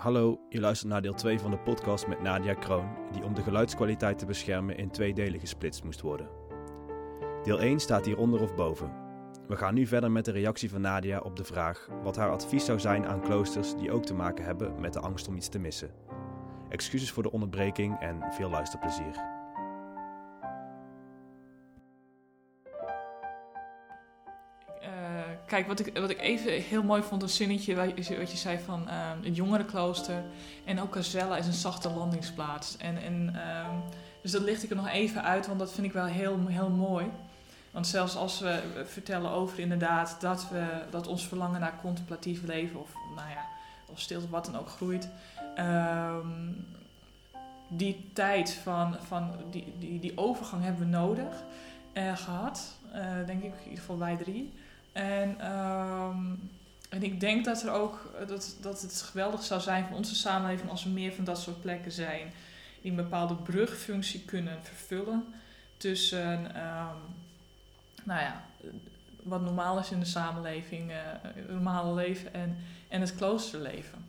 Hallo, je luistert naar deel 2 van de podcast met Nadia Kroon, die om de geluidskwaliteit te beschermen in 2 delen gesplitst moest worden. Deel 1 staat hieronder of boven. We gaan nu verder met de reactie van Nadia op de vraag wat haar advies zou zijn aan kloosters die ook te maken hebben met de angst om iets te missen. Excuses voor de onderbreking en veel luisterplezier. Kijk, wat ik even heel mooi vond, een zinnetje wat je zei van het jongerenklooster. En ook Casella is een zachte landingsplaats. Dus dat licht ik er nog even uit, want dat vind ik wel heel, heel mooi. Want zelfs als we vertellen over inderdaad dat ons verlangen naar contemplatief leven of stilte, wat dan ook groeit. Die tijd van die overgang hebben we nodig gehad. Denk ik, in ieder geval wij 3. En ik denk dat er ook dat het geweldig zou zijn voor onze samenleving als er meer van dat soort plekken zijn die een bepaalde brugfunctie kunnen vervullen tussen wat normaal is in de samenleving, het normale leven en het kloosterleven.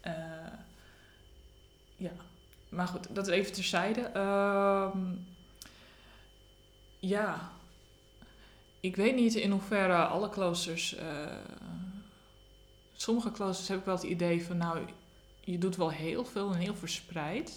Maar goed, dat even terzijde. Ik weet niet in hoeverre alle kloosters... sommige kloosters heb ik wel het idee van... je doet wel heel veel en heel verspreid.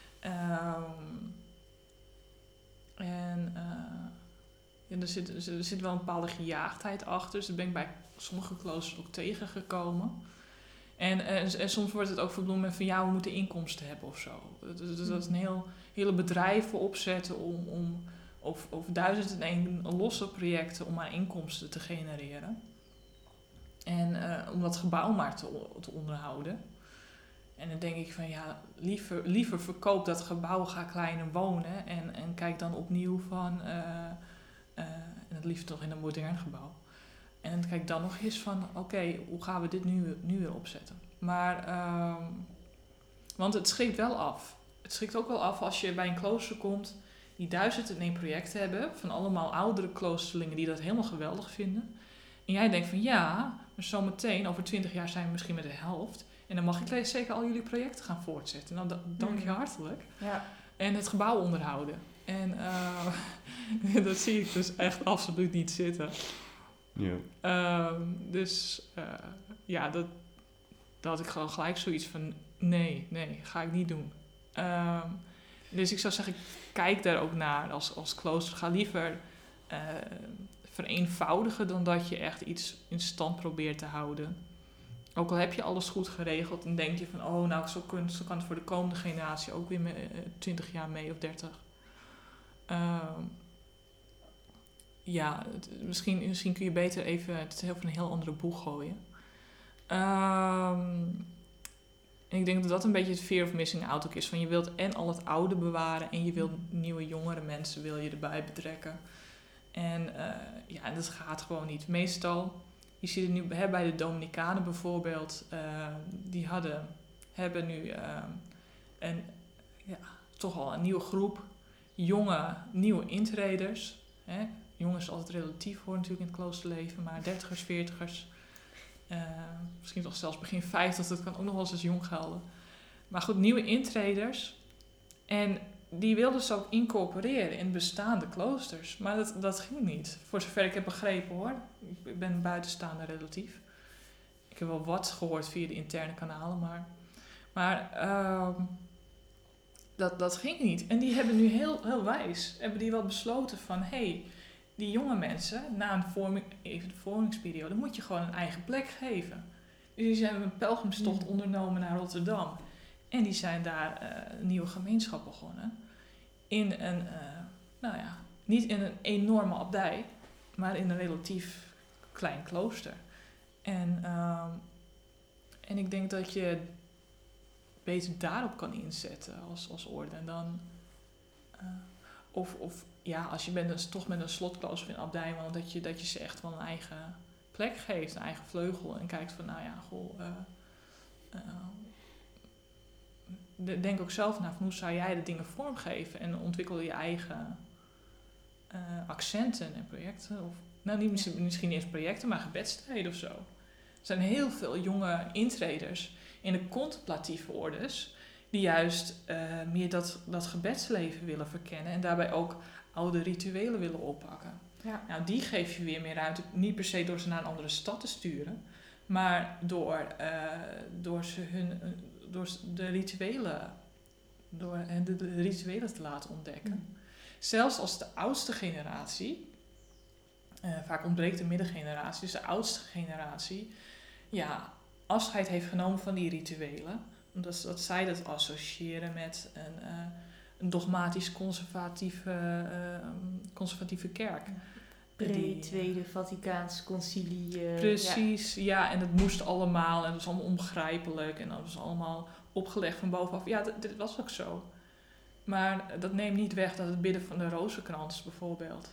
Er zit wel een bepaalde gejaagdheid achter. Dus dat ben ik bij sommige kloosters ook tegengekomen. En soms wordt het ook verbloemd met van... we moeten inkomsten hebben of zo. Dus dat is een hele bedrijven opzetten om of 1001 losse projecten om maar inkomsten te genereren. En om dat gebouw maar te onderhouden. En dan denk ik van liever verkoop dat gebouw, ga kleiner wonen. En kijk dan opnieuw van, en het liefst toch in een modern gebouw. En kijk dan nog eens van, hoe gaan we dit nu weer opzetten? Maar, want het schrikt wel af. Het schrikt ook wel af als je bij een klooster komt die 1001 projecten hebben, van allemaal oudere kloosterlingen die dat helemaal geweldig vinden. En jij denkt van maar zometeen, over 20 jaar zijn we misschien met de helft. En dan mag ik zeker al jullie projecten gaan voortzetten. Nou, dank je hartelijk. Ja. En het gebouw onderhouden. En dat zie ik dus echt absoluut niet zitten. Ja. Dat had ik gewoon gelijk zoiets van, nee, ga ik niet doen. Dus ik zou zeggen, kijk daar ook naar als klooster. Ga liever vereenvoudigen dan dat je echt iets in stand probeert te houden. Ook al heb je alles goed geregeld en denk je van... zo kan het voor de komende generatie ook weer 20 jaar mee of 30. Misschien kun je beter even het over een heel andere boeg gooien. En ik denk dat dat een beetje het fear of missing out ook is. Van je wilt en al het oude bewaren en je wilt nieuwe jongere mensen wil je erbij betrekken. En dat gaat gewoon niet. Meestal, je ziet het nu bij de Dominicanen bijvoorbeeld, die hebben nu toch al een nieuwe groep nieuwe intreders. Jong is altijd relatief hoor natuurlijk in het kloosterleven, maar 30ers, 40ers... misschien toch zelfs begin 50, dat kan ook nog wel eens als jong gelden. Maar goed, nieuwe intreders. En die wilden ze ook incorporeren in bestaande kloosters. Maar dat ging niet. Voor zover ik heb begrepen hoor. Ik ben buitenstaander relatief. Ik heb wel wat gehoord via de interne kanalen. Maar dat ging niet. En die hebben nu heel wijs. Hebben die wel besloten van... die jonge mensen, na de vormingsperiode, moet je gewoon een eigen plek geven. Dus die zijn een pelgrimstocht ondernomen naar Rotterdam. En die zijn daar een nieuwe gemeenschap begonnen. In niet in een enorme abdij, maar in een relatief klein klooster. En ik denk dat je beter daarop kan inzetten als orde. En dan... als je toch met een slotklooster of een abdij woont, dat je ze echt wel een eigen plek geeft, een eigen vleugel. En kijkt van, denk ook zelf naar van hoe zou jij de dingen vormgeven en ontwikkel je eigen accenten en projecten. Of, niet misschien niet eens projecten, maar gebedstijden of zo. zijn heel veel jonge intreders in de contemplatieve ordes die juist meer dat gebedsleven willen verkennen en daarbij ook oude rituelen willen oppakken. Ja. Nou, die geef je weer meer ruimte, niet per se door ze naar een andere stad te sturen, maar door de rituelen te laten ontdekken. Zelfs als de oudste generatie, vaak ontbreekt de middengeneratie, dus de oudste generatie, afscheid heeft genomen van die rituelen, omdat dat zij dat associëren met een dogmatisch conservatieve kerk. Pre-Tweede Vaticaans Concilie. Precies, en het moest allemaal en het was allemaal onbegrijpelijk en dat was allemaal opgelegd van bovenaf. Ja, dit was ook zo. Maar dat neemt niet weg dat het bidden van de rozenkrans bijvoorbeeld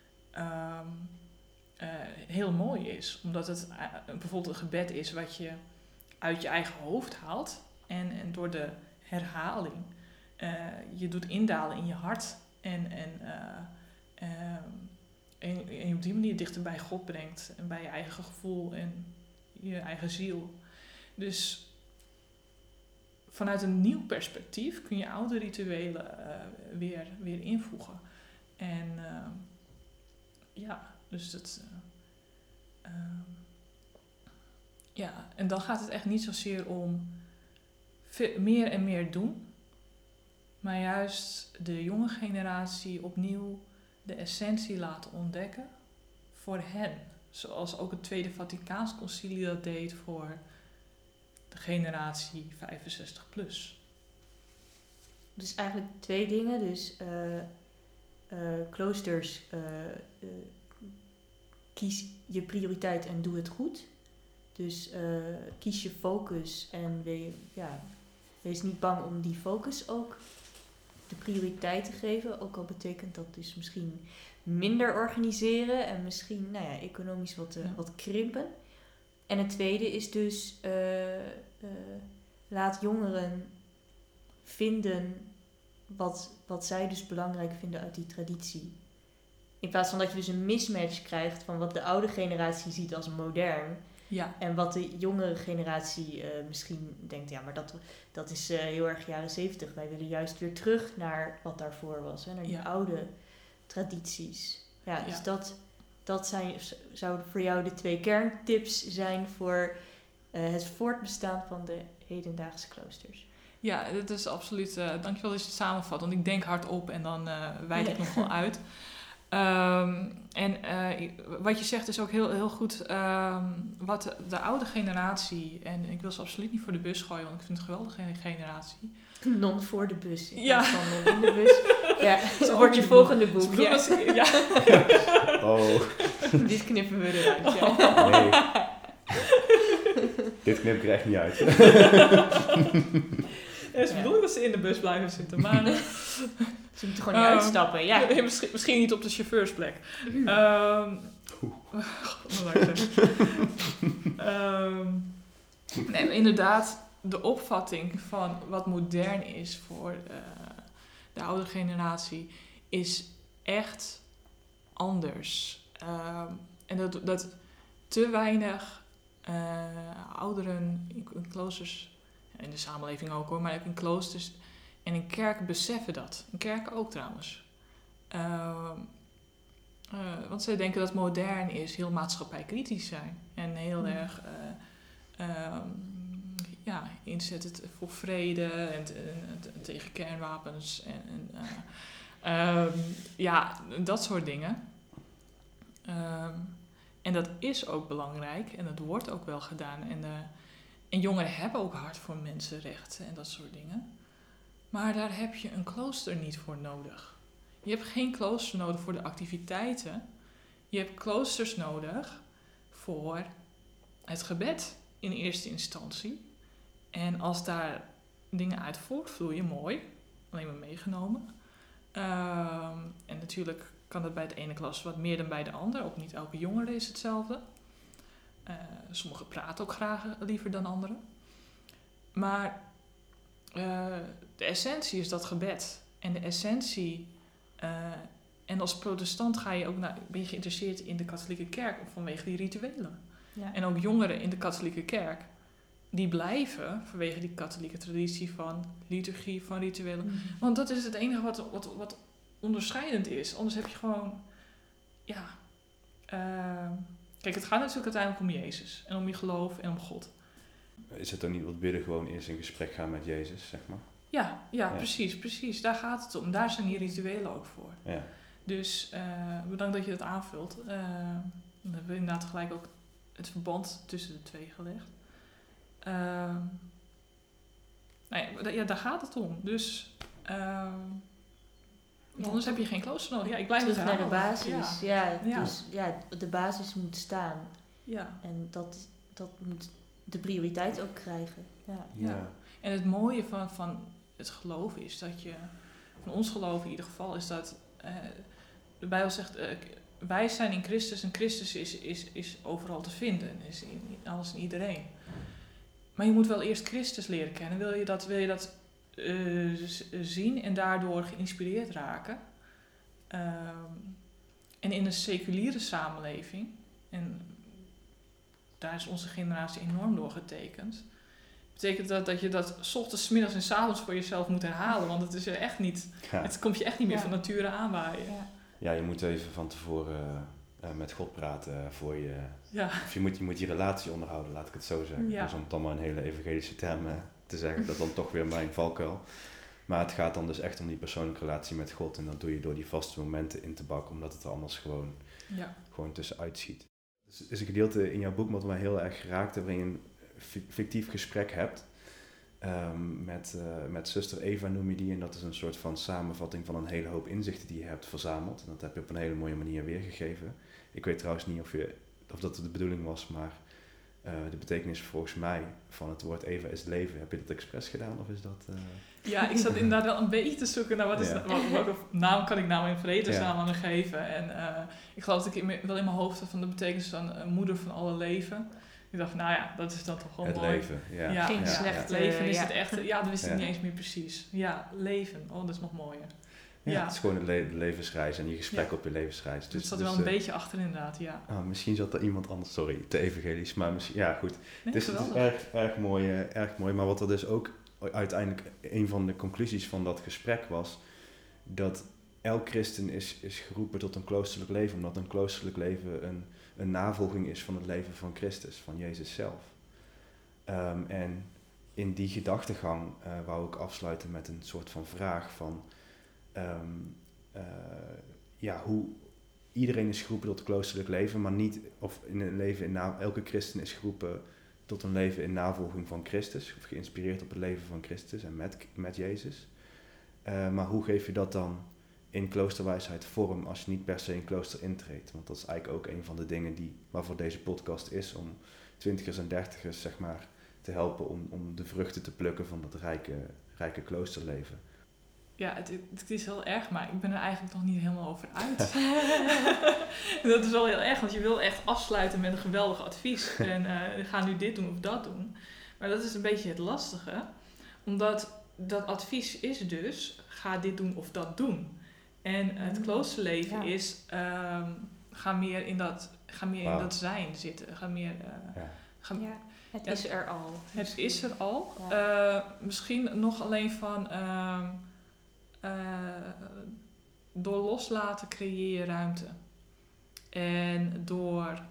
heel mooi is. Omdat het bijvoorbeeld een gebed is wat je uit je eigen hoofd haalt en door de herhaling je doet indalen in je hart en je op die manier dichter bij God brengt en bij je eigen gevoel en je eigen ziel. Dus vanuit een nieuw perspectief kun je oude rituelen weer invoegen. En dus het... en dan gaat het echt niet zozeer om meer en meer doen, maar juist de jonge generatie opnieuw de essentie laten ontdekken voor hen. Zoals ook het Tweede Vaticaans Concilie dat deed voor de generatie 65 plus. Dus eigenlijk 2 dingen. Dus kloosters, kies je prioriteit en doe het goed. Dus kies je focus en wees niet bang om die focus ook de prioriteit te geven. Ook al betekent dat dus misschien minder organiseren en misschien economisch wat krimpen. En het tweede is dus laat jongeren vinden wat zij dus belangrijk vinden uit die traditie. In plaats van dat je dus een mismatch krijgt van wat de oude generatie ziet als modern. Ja. En wat de jongere generatie misschien denkt, maar dat is heel erg jaren 70. Wij willen juist weer terug naar wat daarvoor was. Hè, naar die oude tradities. Dus dat zouden voor jou de 2 kerntips zijn voor het voortbestaan van de hedendaagse kloosters. Ja, dat is absoluut. Dankjewel dat je het samenvat. Want ik denk hardop en dan wijd ik nog wel uit. Wat je zegt is ook heel, heel goed. Wat de oude generatie, en ik wil ze absoluut niet voor de bus gooien, want ik vind het een geweldige generatie. Non voor de bus. Van non in de bus. Zo wordt je volgende boek. Oh. Dit knippen we eruit. Nee. Dit knip ik er echt niet uit. Het is bedoeld dat ze in de bus blijven zitten, maar... Ze moeten gewoon niet uitstappen, Misschien niet op de chauffeursplek. Inderdaad, de opvatting van wat modern is voor de oude generatie is echt anders. En dat te weinig ouderen in kloosters, in de samenleving ook hoor, maar ook in kloosters en in kerken beseffen dat. In kerken ook trouwens. Want zij denken dat modern is heel maatschappijkritisch zijn. En heel erg inzetten voor vrede en tegen kernwapens. Dat soort dingen. En dat is ook belangrijk en dat wordt ook wel gedaan. En jongeren hebben ook hart voor mensenrechten en dat soort dingen. Maar daar heb je een klooster niet voor nodig. Je hebt geen klooster nodig voor de activiteiten. Je hebt kloosters nodig voor het gebed in eerste instantie. En als daar dingen uit voortvloeien, mooi. Alleen maar meegenomen. En natuurlijk kan dat bij het ene klooster wat meer dan bij de ander. Ook niet elke jongere is hetzelfde. Sommigen praten ook graag liever dan anderen. Maar de essentie is dat gebed. En de essentie... en als protestant ben je geïnteresseerd in de katholieke kerk vanwege die rituelen. Ja. En ook jongeren in de katholieke kerk, die blijven vanwege die katholieke traditie van liturgie, van rituelen. Mhm. Want dat is het enige wat onderscheidend is. Anders heb je gewoon, ja... kijk, het gaat natuurlijk uiteindelijk om Jezus. En om je geloof en om God. Is het dan niet wat bidden gewoon eerst in gesprek gaan met Jezus, zeg maar? Ja. Precies. Daar gaat het om. Daar zijn die rituelen ook voor. Ja. Dus bedankt dat je dat aanvult. Dan hebben we inderdaad gelijk ook het verband tussen de twee gelegd. Daar gaat het om. Dus anders heb je geen klooster nodig. Ja, ik blijf Terug het naar de herhalen. basis. Ja. Dus de basis moet staan. Ja. En dat moet de prioriteit ook krijgen. Ja. En het mooie van het geloof is dat je, van ons geloof in ieder geval, is dat de Bijbel zegt, wij zijn in Christus en Christus is overal te vinden. Is in alles en iedereen. Maar je moet wel eerst Christus leren kennen. Wil je dat zien en daardoor geïnspireerd raken? En in een seculiere samenleving, en daar is onze generatie enorm door getekend, betekent dat je dat 's ochtends, 's middags en 's avonds voor jezelf moet herhalen. Want het is er echt niet, het komt je echt niet meer van nature aanwaaien. Ja, je moet even van tevoren met God praten voor je... Ja. Of je moet die relatie onderhouden, laat ik het zo zeggen. Ja. Dus om het dan maar een hele evangelische term te zeggen, dat is dan toch weer mijn valkuil. Maar het gaat dan dus echt om die persoonlijke relatie met God. En dat doe je door die vaste momenten in te bakken, omdat het er anders gewoon tussenuit schiet. Dus is een gedeelte in jouw boek wat mij heel erg geraakt, waarin je een fictief gesprek hebt. Met zuster Eva noem je die. En dat is een soort van samenvatting van een hele hoop inzichten die je hebt verzameld. En dat heb je op een hele mooie manier weergegeven. Ik weet trouwens niet of dat de bedoeling was, maar de betekenis volgens mij van het woord Eva is leven. Heb je dat expres gedaan of is dat... Ja, ik zat inderdaad wel een beetje te zoeken naar welke naam kan ik nou in vredesnaam aan geven. En ik geloof dat ik wel in mijn hoofd had van de betekenis van moeder van alle leven. Ik dacht, nou ja, dat is dan toch wel het mooi. Leven, ja. Geen slecht leven is het echt. Ja, dat wist ik niet eens meer precies. Ja, leven. Oh, dat is nog mooier. Ja, het is gewoon de levensreis en je gesprek op je levensreis. Dus, dat zat er wel een beetje achter inderdaad, ja. Misschien zat er iemand anders, sorry, te evangelisch, maar misschien, ja goed. Nee, het is erg mooi, maar wat er dus ook uiteindelijk een van de conclusies van dat gesprek was, dat elk christen is geroepen tot een kloosterlijk leven, omdat een kloosterlijk leven een navolging is van het leven van Christus, van Jezus zelf. En in die gedachtegang wou ik afsluiten met een soort van vraag van... hoe iedereen is geroepen tot kloosterlijk leven, maar niet, of in een leven elke christen is geroepen tot een leven in navolging van Christus, of geïnspireerd op het leven van Christus en met Jezus. Maar hoe geef je dat dan in kloosterwijsheid vorm als je niet per se een klooster intreedt? Want dat is eigenlijk ook een van de dingen waarvoor deze podcast is, om 20ers en 30ers zeg maar te helpen om de vruchten te plukken van dat rijke kloosterleven. Ja, het is heel erg, maar ik ben er eigenlijk nog niet helemaal over uit. Dat is wel heel erg, want je wil echt afsluiten met een geweldig advies. En ga nu dit doen of dat doen. Maar dat is een beetje het lastige. Omdat dat advies is dus, ga dit doen of dat doen. En het kloosterleven is, ga meer in dat zijn zitten. Het is er al. Het is er al. Misschien nog alleen van... door loslaten creëer je ruimte. En door...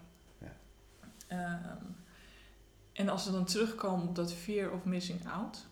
en als we dan terugkomen op dat fear of missing out...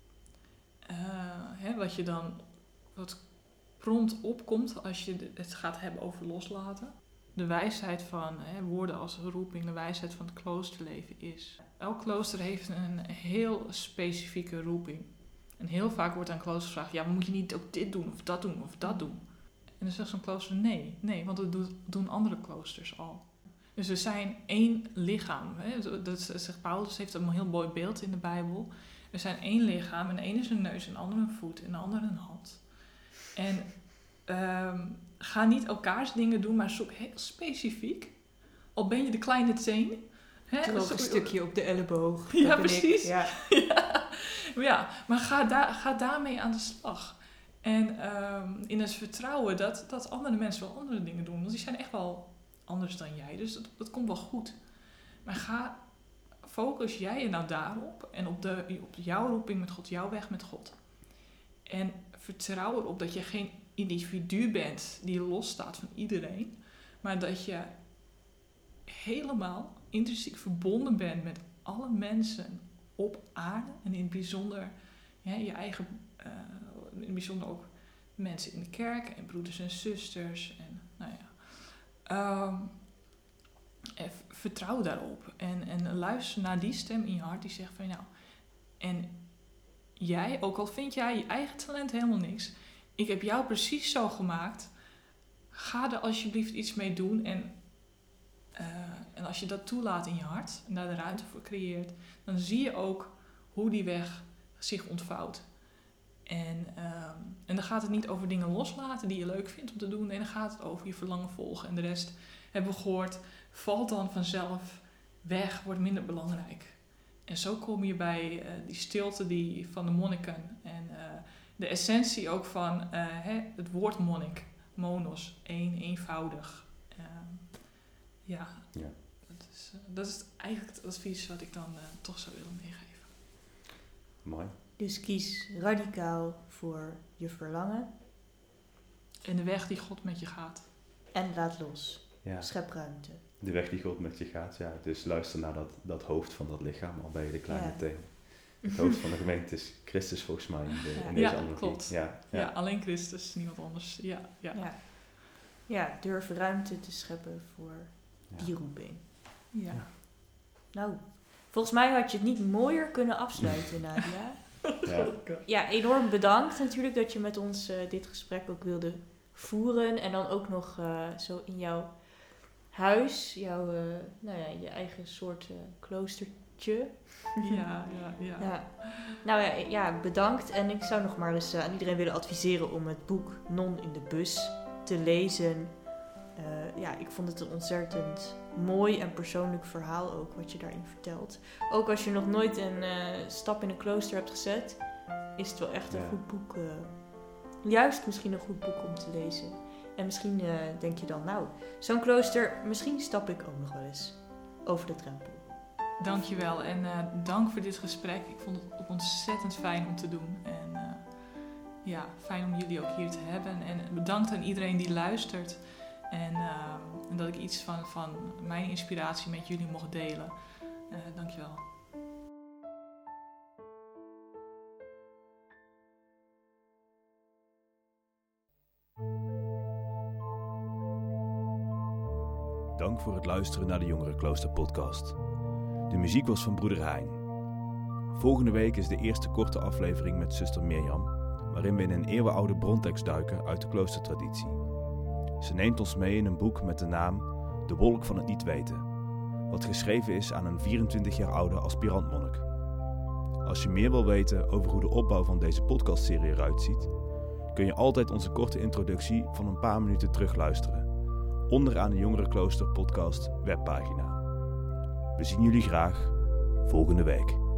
wat je dan... wat prompt opkomt als je het gaat hebben over loslaten. De wijsheid van woorden als roeping, de wijsheid van het kloosterleven is... Elk klooster heeft een heel specifieke roeping. En heel vaak wordt aan kloosters gevraagd, ja, maar moet je niet ook dit doen of dat doen of dat doen? En dan zegt zo'n klooster, nee, want dat doen andere kloosters al. Dus we zijn één lichaam. Dat zegt Paulus, heeft een heel mooi beeld in de Bijbel. We zijn één lichaam en de ene is een neus en de andere een voet en de andere een hand. En ga niet elkaars dingen doen, maar zoek heel specifiek. Al ben je de kleine teen. Droog een stukje op de elleboog. Ja, precies. Ja. Ja, maar ga daarmee aan de slag. En in het vertrouwen dat andere mensen wel andere dingen doen. Want die zijn echt wel anders dan jij. Dus dat komt wel goed. Maar focus jij je nou daarop en op jouw roeping met God, jouw weg met God. En vertrouw erop dat je geen individu bent die losstaat van iedereen, maar dat je helemaal intrinsiek verbonden bent met alle mensen op aarde en in het bijzonder je eigen, in het bijzonder ook mensen in de kerk en broeders en zusters en en vertrouw daarop en luister naar die stem in je hart die zegt van en jij, ook al vind jij je eigen talent helemaal niks, ik heb jou precies zo gemaakt, ga er alsjeblieft iets mee doen en als je dat toelaat in je hart en daar de ruimte voor creëert, dan zie je ook hoe die weg zich ontvouwt. En dan gaat het niet over dingen loslaten die je leuk vindt om te doen. Nee, dan gaat het over je verlangen volgen. En de rest, hebben we gehoord, valt dan vanzelf weg, wordt minder belangrijk. En zo kom je bij die stilte van de monniken. En de essentie ook van het woord monnik. Monos, eenvoudig. Dat is eigenlijk het advies wat ik dan toch zou willen meegeven. Mooi. Dus kies radicaal voor je verlangen. En de weg die God met je gaat. En laat los. Ja. Schep ruimte. De weg die God met je gaat, ja. Dus luister naar dat hoofd van dat lichaam, al bij de kleine teen. Het hoofd van de gemeente is Christus volgens mij in deze analogie. Klopt. Ja, alleen Christus, niemand anders. Ja. Durf ruimte te scheppen voor die roeping. Ja. Nou, volgens mij had je het niet mooier kunnen afsluiten, Nadia. Ja, enorm bedankt natuurlijk dat je met ons dit gesprek ook wilde voeren. En dan ook nog zo in jouw huis, je eigen soort kloostertje. Ja. Nou ja, bedankt. En ik zou nog maar eens aan iedereen willen adviseren om het boek Non in de Bus te lezen. Ik vond het een ontzettend mooi en persoonlijk verhaal ook, wat je daarin vertelt. Ook als je nog nooit een stap in een klooster hebt gezet, is het wel echt een goed boek. Juist misschien een goed boek om te lezen. En misschien denk je dan, zo'n klooster, misschien stap ik ook nog wel eens over de drempel. Dankjewel en dank voor dit gesprek. Ik vond het ook ontzettend fijn om te doen. En fijn om jullie ook hier te hebben. En bedankt aan iedereen die luistert. En dat ik iets van mijn inspiratie met jullie mocht delen. Dankjewel. Dank voor het luisteren naar de Jongerenklooster podcast. De muziek was van broeder Hein. Volgende week is de eerste korte aflevering met zuster Mirjam, waarin we in een eeuwenoude brontekst duiken uit de kloostertraditie. Ze neemt ons mee in een boek met de naam De Wolk van het Niet Weten, wat geschreven is aan een 24 jaar oude aspirantmonnik. Als je meer wil weten over hoe de opbouw van deze podcastserie eruit ziet, kun je altijd onze korte introductie van een paar minuten terugluisteren, onderaan de Jongerenklooster podcast webpagina. We zien jullie graag volgende week.